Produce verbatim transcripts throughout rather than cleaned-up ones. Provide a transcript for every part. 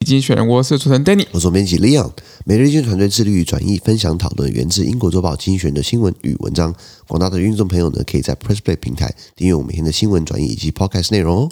经济学人，我是主持人 Danny， 我是总编辑 Leon。每日一经团队致力于转译、分享、讨论源自英国周报经济学人的新闻与文章。广大的听众朋友呢，可以在 PressPlay 平台订阅我们每天的新闻转译以及 Podcast 内容哦。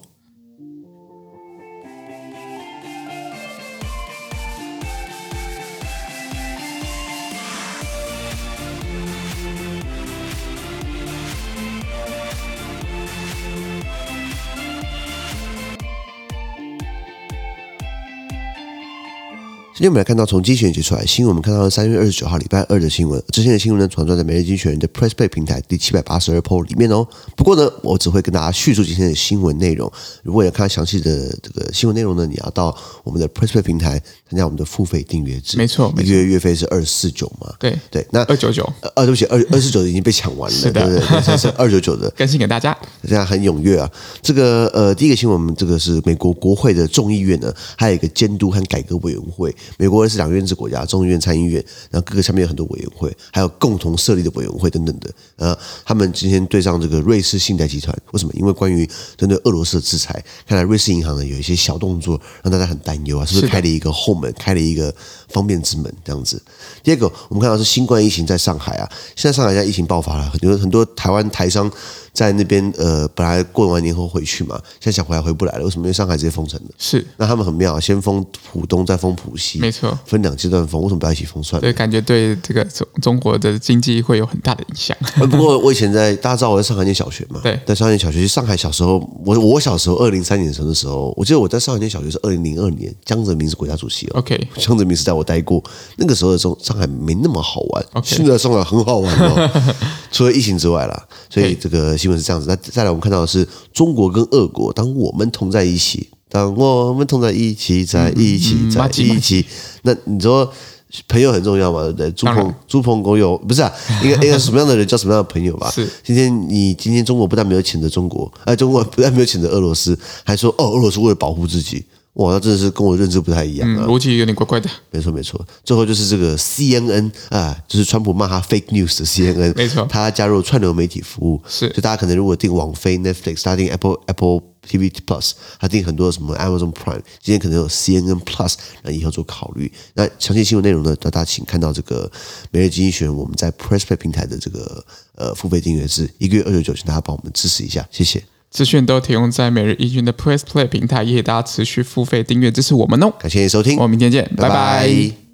今天我们来看到从经济学人写出来的新闻，我们看到三月二十九号礼拜二的新闻。之前的新闻呢，传传在每日经济学人的 PressPlay 平台第七百八十二 po 里面哦。不过呢，我只会跟大家叙述今天的新闻内容。如果要看详细的这个新闻内容呢，你要到我们的 PressPlay 平台参加我们的付费订阅制。 没错， 一个月月费是二四九嘛？ 对对，那二九九， 呃，对不起，二二四九已经被抢完了， 是的， 对对对，是二九九的， 更新给大家， 这样很踊跃啊。这个呃，第一个新闻，我们这个是美国国会的众议院呢，还有一个监督和改革委员会。美国是两院制国家，众议院、参议院，然后各个下面有很多委员会，还有共同设立的委员会等等的。呃，他们今天对上这个瑞士信贷集团，为什么？因为关于针对俄罗斯的制裁，看来瑞士银行呢有一些小动作，让大家很担忧啊，是不是开了一个后门，开了一个方便之门这样子？第二个，我们看到是新冠疫情在上海啊，现在上海现在疫情爆发了，很多很多台湾台商在那边呃，本来过完年后回去嘛，现在想回来回不来了，为什么？因为上海直接封城了。是，那他们很妙，先封浦东，再封浦西， 没错， 分两阶段封，为什么不要一起封算了？ 对，感觉对这个中中国的经济会有很大的影响。 不过我以前在大家知道我在上海念小学嘛， 对， 在上海念小学，上海小时候，我我小时候二零三年的时候，我记得我在上海念小学是二零零二年，江泽民是国家主席哦。 OK， 江泽民时代我待过，那个时候的上上海没那么好玩， okay， 现在上海很好玩哦，除了疫情之外啦。所以这个新闻是这样子。那再来我们看到的是中国跟俄国，当我们同在一起，当我们同在一起，在一起， 嗯、 在一起，那你说朋友很重要嘛，对不对？猪朋猪朋狗友不是啊，应该应该什么样的人交什么样的朋友吧？是。今天你今天中国不但没有谴责中国，哎，中国不但没有谴责俄罗斯，还说哦，俄罗斯为了保护自己。哇，那真的是跟我的认知不太一样啊， 嗯，逻辑有点怪怪的。 没错没错，最后就是这个 C N N 啊，就是川普骂他 fake news 的 C N N， 没错，他加入串流媒体服务，是，就大家可能如果订网飞 Netflix， 大家订 Apple Apple T V Plus， 他订很多什么 Amazon Prime， 今天可能有 C N N Plus， 那以后做考虑。那详细新闻内容呢，大家请看到这个每日经济学人我们在 PressPlay 平台的这个呃付费订阅制，一个月二九九，请大家帮我们支持一下，谢谢。 资讯都提供在每日一军的 PressPlay 平台，也请大家持续付费订阅支持我们哦。 感谢你收听， 我们明天见，拜拜。拜拜。